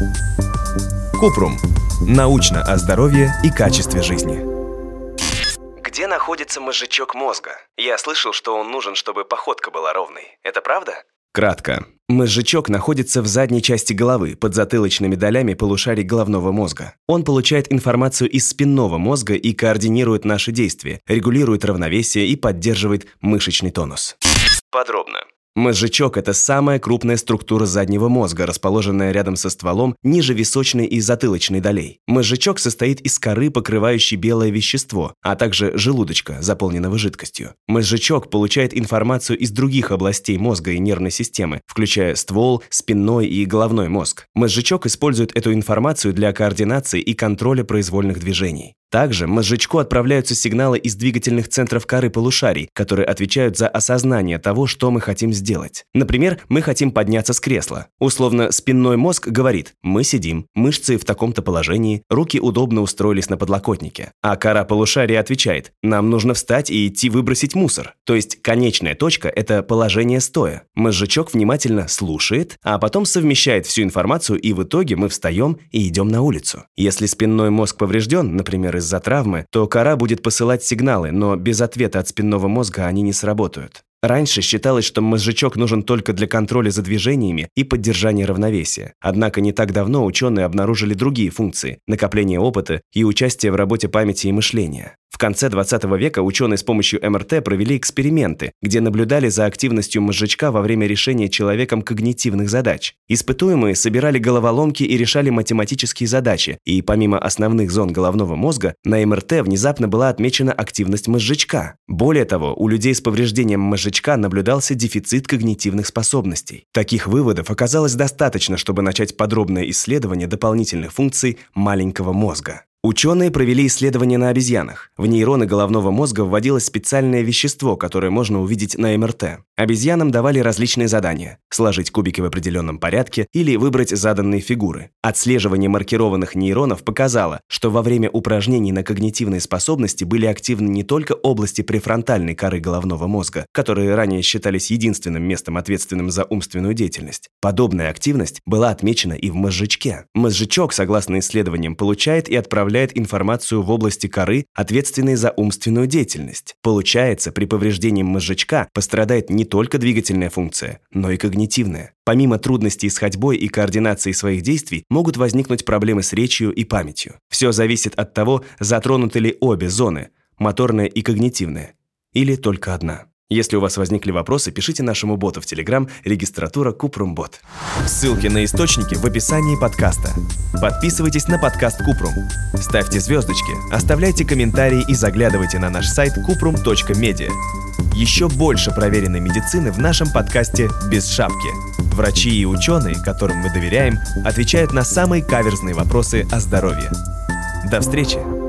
Купрум. Научно о здоровье и качестве жизни. Где находится мозжечок мозга? Я слышал, что он нужен, чтобы походка была ровной. Это правда? Кратко. Мозжечок находится в задней части головы, под затылочными долями полушарий головного мозга. Он получает информацию из спинного мозга и координирует наши действия, регулирует равновесие и поддерживает мышечный тонус. Подробно. Мозжечок – это самая крупная структура заднего мозга, расположенная рядом со стволом ниже височной и затылочной долей. Мозжечок состоит из коры, покрывающей белое вещество, а также желудочка, заполненного жидкостью. Мозжечок получает информацию из других областей мозга и нервной системы, включая ствол, спинной и головной мозг. Мозжечок использует эту информацию для координации и контроля произвольных движений. Также мозжечку отправляются сигналы из двигательных центров коры полушарий, которые отвечают за осознание того, что мы хотим сделать. Например, мы хотим подняться с кресла. Условно, спинной мозг говорит: мы сидим, мышцы в таком-то положении, руки удобно устроились на подлокотнике. А кора полушария отвечает: нам нужно встать и идти выбросить мусор. То есть конечная точка – это положение стоя. Мозжечок внимательно слушает, а потом совмещает всю информацию, и в итоге мы встаем и идем на улицу. Если спинной мозг поврежден, например, из-за травмы, то кора будет посылать сигналы, но без ответа от спинного мозга они не сработают. Раньше считалось, что мозжечок нужен только для контроля за движениями и поддержания равновесия. Однако не так давно ученые обнаружили другие функции – накопление опыта и участие в работе памяти и мышления. В конце 20 века ученые с помощью МРТ провели эксперименты, где наблюдали за активностью мозжечка во время решения человеком когнитивных задач. Испытуемые собирали головоломки и решали математические задачи, и помимо основных зон головного мозга, на МРТ внезапно была отмечена активность мозжечка. Более того, у людей с повреждением мозжечка наблюдался дефицит когнитивных способностей. Таких выводов оказалось достаточно, чтобы начать подробное исследование дополнительных функций маленького мозга. Ученые провели исследования на обезьянах. В нейроны головного мозга вводилось специальное вещество, которое можно увидеть на МРТ. Обезьянам давали различные задания – сложить кубики в определенном порядке или выбрать заданные фигуры. Отслеживание маркированных нейронов показало, что во время упражнений на когнитивные способности были активны не только области префронтальной коры головного мозга, которые ранее считались единственным местом, ответственным за умственную деятельность. Подобная активность была отмечена и в мозжечке. Мозжечок, согласно исследованиям, получает и отправляет информацию в области коры, ответственной за умственную деятельность. Получается, при повреждении мозжечка пострадает не только двигательная функция, но и когнитивная. Помимо трудностей с ходьбой и координацией своих действий, могут возникнуть проблемы с речью и памятью. Все зависит от того, затронуты ли обе зоны – моторная и когнитивная, или только одна. Если у вас возникли вопросы, пишите нашему боту в Telegram регистратура Купрум-бот. Ссылки на источники в описании подкаста. Подписывайтесь на подкаст Купрум. Ставьте звездочки, оставляйте комментарии и заглядывайте на наш сайт kuprum.media. Еще больше проверенной медицины в нашем подкасте «Без шапки». Врачи и ученые, которым мы доверяем, отвечают на самые каверзные вопросы о здоровье. До встречи!